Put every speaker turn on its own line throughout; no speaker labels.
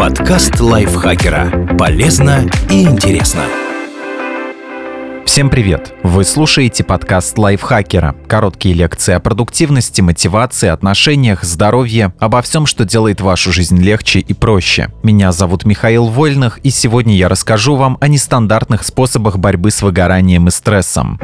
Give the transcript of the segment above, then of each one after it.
Подкаст лайфхакера. Полезно и интересно.
Всем привет! Вы слушаете подкаст лайфхакера. Короткие лекции о продуктивности, мотивации, отношениях, здоровье, обо всем, что делает вашу жизнь легче и проще. Меня зовут Михаил Вольных, и сегодня я расскажу вам о нестандартных способах борьбы с выгоранием и стрессом.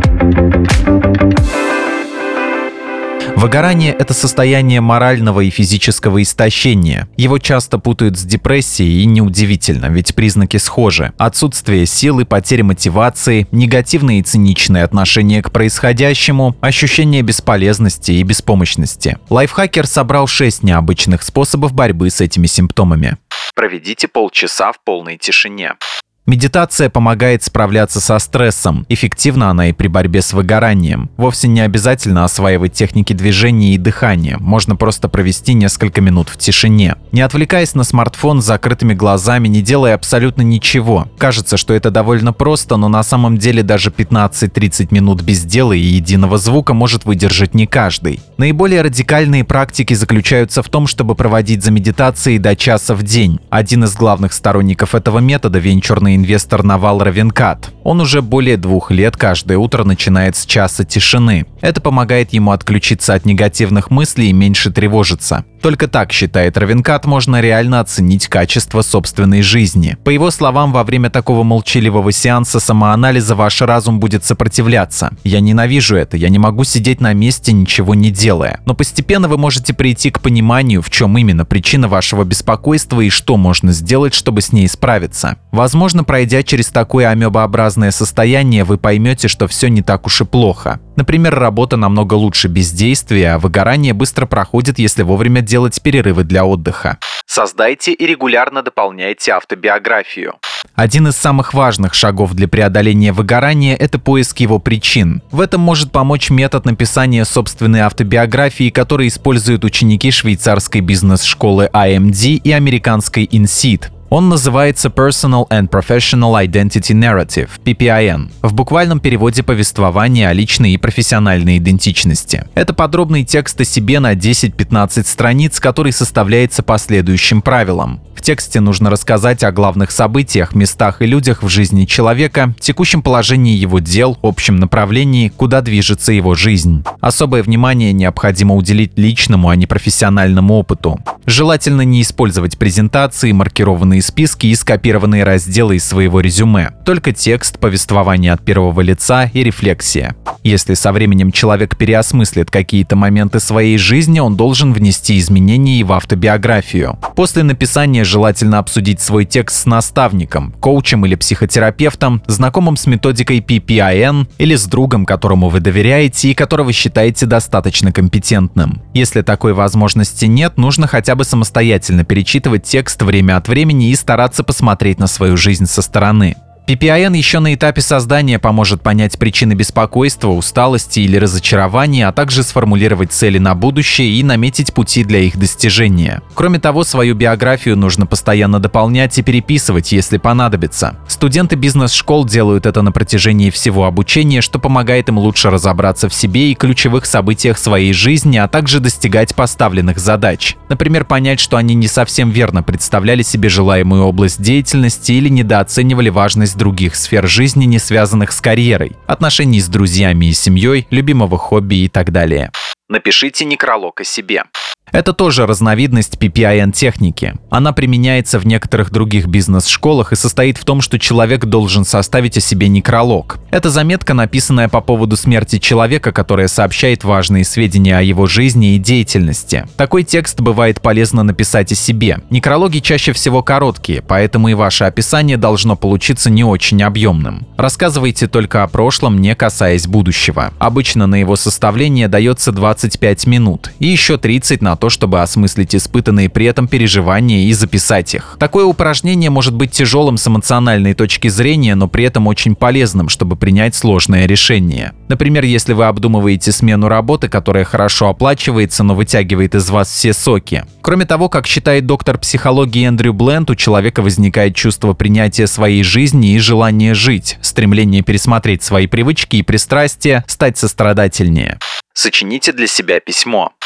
Выгорание – это состояние морального и физического истощения. Его часто путают с депрессией, и неудивительно, ведь признаки схожи. Отсутствие силы, потеря мотивации, негативное и циничное отношение к происходящему, ощущение бесполезности и беспомощности. Лайфхакер собрал 6 необычных способов борьбы с этими симптомами. Проведите полчаса в полной тишине. Медитация помогает справляться со стрессом. Эффективна она и при борьбе с выгоранием. Вовсе не обязательно осваивать техники движения и дыхания. Можно просто провести несколько минут в тишине. Не отвлекаясь на смартфон с закрытыми глазами, не делая абсолютно ничего. Кажется, что это довольно просто, но на самом деле даже 15-30 минут без дела и единого звука может выдержать не каждый. Наиболее радикальные практики заключаются в том, чтобы проводить за медитацией до часа в день. Один из главных сторонников этого метода – венчурный инвестор Навал Равинкат. Он уже более 2 лет каждое утро начинает с часа тишины. Это помогает ему отключиться от негативных мыслей и меньше тревожиться. Только так, считает Равинкат, можно реально оценить качество собственной жизни. По его словам, во время такого молчаливого сеанса самоанализа ваш разум будет сопротивляться. «Я ненавижу это, я не могу сидеть на месте, ничего не делая». Но постепенно вы можете прийти к пониманию, в чем именно причина вашего беспокойства и что можно сделать, чтобы с ней справиться. Возможно, пройдя через такое амебообразное состояние, вы поймете, что все не так уж и плохо. Например, работа намного лучше бездействия, а выгорание быстро проходит, если вовремя делать перерывы для отдыха. Создайте и регулярно дополняйте автобиографию. Один из самых важных шагов для преодоления выгорания – это поиск его причин. В этом может помочь метод написания собственной автобиографии, который используют ученики швейцарской бизнес-школы IMD и американской INSEAD. Он называется Personal and Professional Identity Narrative, PPIN. В буквальном переводе повествование о личной и профессиональной идентичности. Это подробный текст о себе на 10-15 страниц, который составляется по следующим правилам. В тексте нужно рассказать о главных событиях, местах и людях в жизни человека, текущем положении его дел, общем направлении, куда движется его жизнь. Особое внимание необходимо уделить личному, а не профессиональному опыту. Желательно не использовать презентации, маркированные списки и скопированные разделы из своего резюме. Только текст, повествование от первого лица и рефлексия. Если со временем человек переосмыслит какие-то моменты своей жизни, он должен внести изменения и в автобиографию. После написания желательно обсудить свой текст с наставником, коучем или психотерапевтом, знакомым с методикой PPIN или с другом, которому вы доверяете и которого считаете достаточно компетентным. Если такой возможности нет, нужно хотя бы самостоятельно перечитывать текст время от времени и стараться посмотреть на свою жизнь со стороны. PPIN еще на этапе создания поможет понять причины беспокойства, усталости или разочарования, а также сформулировать цели на будущее и наметить пути для их достижения. Кроме того, свою биографию нужно постоянно дополнять и переписывать, если понадобится. Студенты бизнес-школ делают это на протяжении всего обучения, что помогает им лучше разобраться в себе и ключевых событиях своей жизни, а также достигать поставленных задач. Например, понять, что они не совсем верно представляли себе желаемую область деятельности или недооценивали важность других сфер жизни, не связанных с карьерой, отношений с друзьями и семьей, любимого хобби и так далее. Напишите некролог о себе. Это тоже разновидность PPIN-техники. Она применяется в некоторых других бизнес-школах и состоит в том, что человек должен составить о себе некролог. Это заметка, написанная по поводу смерти человека, которая сообщает важные сведения о его жизни и деятельности. Такой текст бывает полезно написать о себе. Некрологи чаще всего короткие, поэтому и ваше описание должно получиться не очень объемным. Рассказывайте только о прошлом, не касаясь будущего. Обычно на его составление дается 25 минут и еще 30 на то, чтобы осмыслить испытанные при этом переживания и записать их. Такое упражнение может быть тяжелым с эмоциональной точки зрения, но при этом очень полезным, чтобы принять сложное решение. Например, если вы обдумываете смену работы, которая хорошо оплачивается, но вытягивает из вас все соки. Кроме того, как считает доктор психологии Эндрю Бленд, у человека возникает чувство принятия своей жизни и желание жить, стремление пересмотреть свои привычки и пристрастия, стать сострадательнее. Сочините для себя письмо.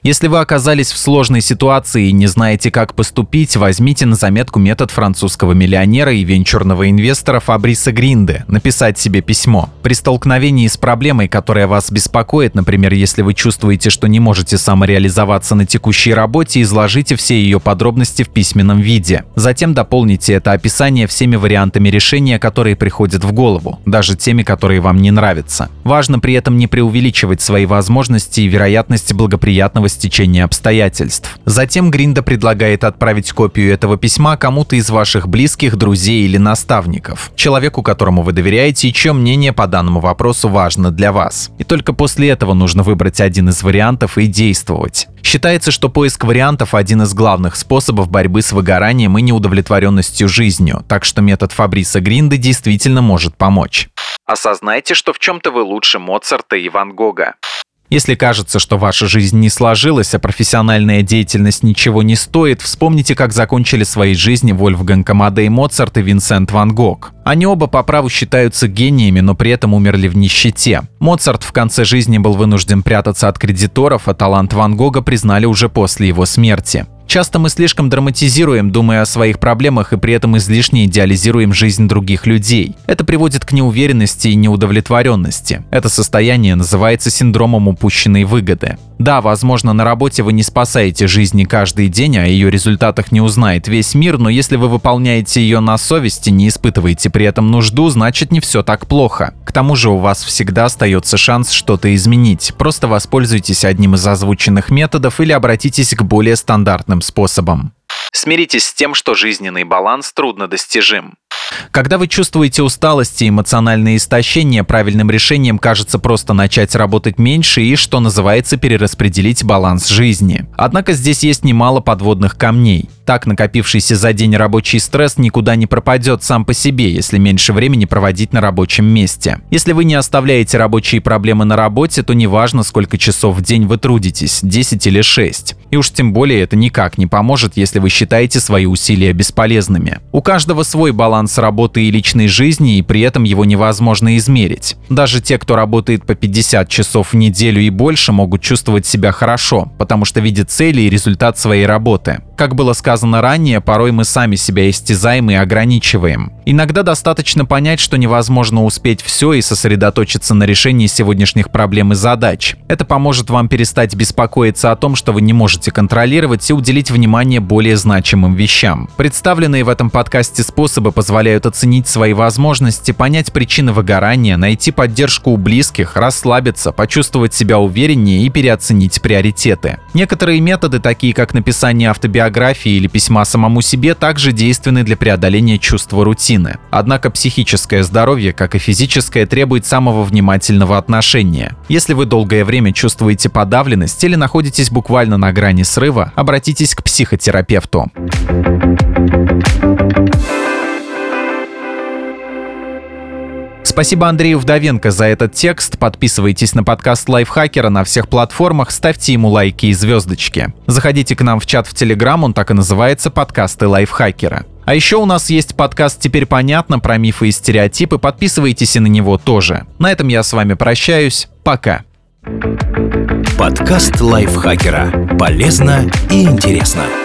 Если вы оказались в сложной ситуации и не знаете, как поступить, возьмите на заметку метод французского миллионера и венчурного инвестора Фабриса Гринде – написать себе письмо. При столкновении с проблемой, которая вас беспокоит, например, если вы чувствуете, что не можете самореализоваться на текущей работе, изложите все ее подробности в письменном виде. Затем дополните это описание всеми вариантами решения, которые приходят в голову, даже теми, которые вам не нравятся. Важно при этом не преувеличивать свои возможности и вероятность благоприятного стечения обстоятельств. Затем Гринде предлагает отправить копию этого письма кому-то из ваших близких, друзей или наставников, человеку, которому вы доверяете и чье мнение по данному вопросу важно для вас. И только после этого нужно выбрать один из вариантов и действовать. Считается, что поиск вариантов – один из главных способов борьбы с выгоранием и неудовлетворенностью жизнью, так что метод Фабриса Гринде действительно может помочь. Осознайте, что в чем-то вы лучше Моцарта и Ван Гога. Если кажется, что ваша жизнь не сложилась, а профессиональная деятельность ничего не стоит, вспомните, как закончили свои жизни Вольфганг Амадей Моцарт и Винсент Ван Гог. Они оба по праву считаются гениями, но при этом умерли в нищете. Моцарт в конце жизни был вынужден прятаться от кредиторов, а талант Ван Гога признали уже после его смерти. Часто мы слишком драматизируем, думая о своих проблемах, и при этом излишне идеализируем жизнь других людей. Это приводит к неуверенности и неудовлетворенности. Это состояние называется синдромом упущенной выгоды. Да, возможно, на работе вы не спасаете жизни каждый день, а о ее результатах не узнает весь мир, но если вы выполняете ее на совести, не испытываете при этом нужду, значит, не все так плохо. К тому же у вас всегда остается шанс что-то изменить. Просто воспользуйтесь одним из озвученных методов или обратитесь к более стандартным способам. Смиритесь с тем, что жизненный баланс труднодостижим. Когда вы чувствуете усталость и эмоциональное истощение, правильным решением кажется просто начать работать меньше и, что называется, перераспределить баланс жизни. Однако здесь есть немало подводных камней. Так, накопившийся за день рабочий стресс никуда не пропадет сам по себе, если меньше времени проводить на рабочем месте. Если вы не оставляете рабочие проблемы на работе, то неважно, сколько часов в день вы трудитесь, 10 или 6. И уж тем более это никак не поможет, если вы считаете свои усилия бесполезными. У каждого свой баланс работы и личной жизни, и при этом его невозможно измерить. Даже те, кто работает по 50 часов в неделю и больше, могут чувствовать себя хорошо, потому что видят цели и результат своей работы. Как было сказано ранее, порой мы сами себя истязаем и ограничиваем. Иногда достаточно понять, что невозможно успеть все и сосредоточиться на решении сегодняшних проблем и задач. Это поможет вам перестать беспокоиться о том, что вы не можете контролировать, и уделить внимание более значимым вещам. Представленные в этом подкасте способы позволяют оценить свои возможности, понять причины выгорания, найти поддержку у близких, расслабиться, почувствовать себя увереннее и переоценить приоритеты. Некоторые методы, такие как написание автобиографии или письма самому себе, также действенны для преодоления чувства рутины. Однако психическое здоровье, как и физическое, требует самого внимательного отношения. Если вы долгое время чувствуете подавленность или находитесь буквально на грани срыва, обратитесь к психотерапевту. Спасибо Андрею Вдовенко за этот текст. Подписывайтесь на подкаст Лайфхакера на всех платформах, ставьте ему лайки и звездочки. Заходите к нам в чат в Telegram, он так и называется «Подкасты Лайфхакера». А еще у нас есть подкаст «Теперь понятно» про мифы и стереотипы, подписывайтесь и на него тоже. На этом я с вами прощаюсь. Пока.
Подкаст Лайфхакера. Полезно и интересно.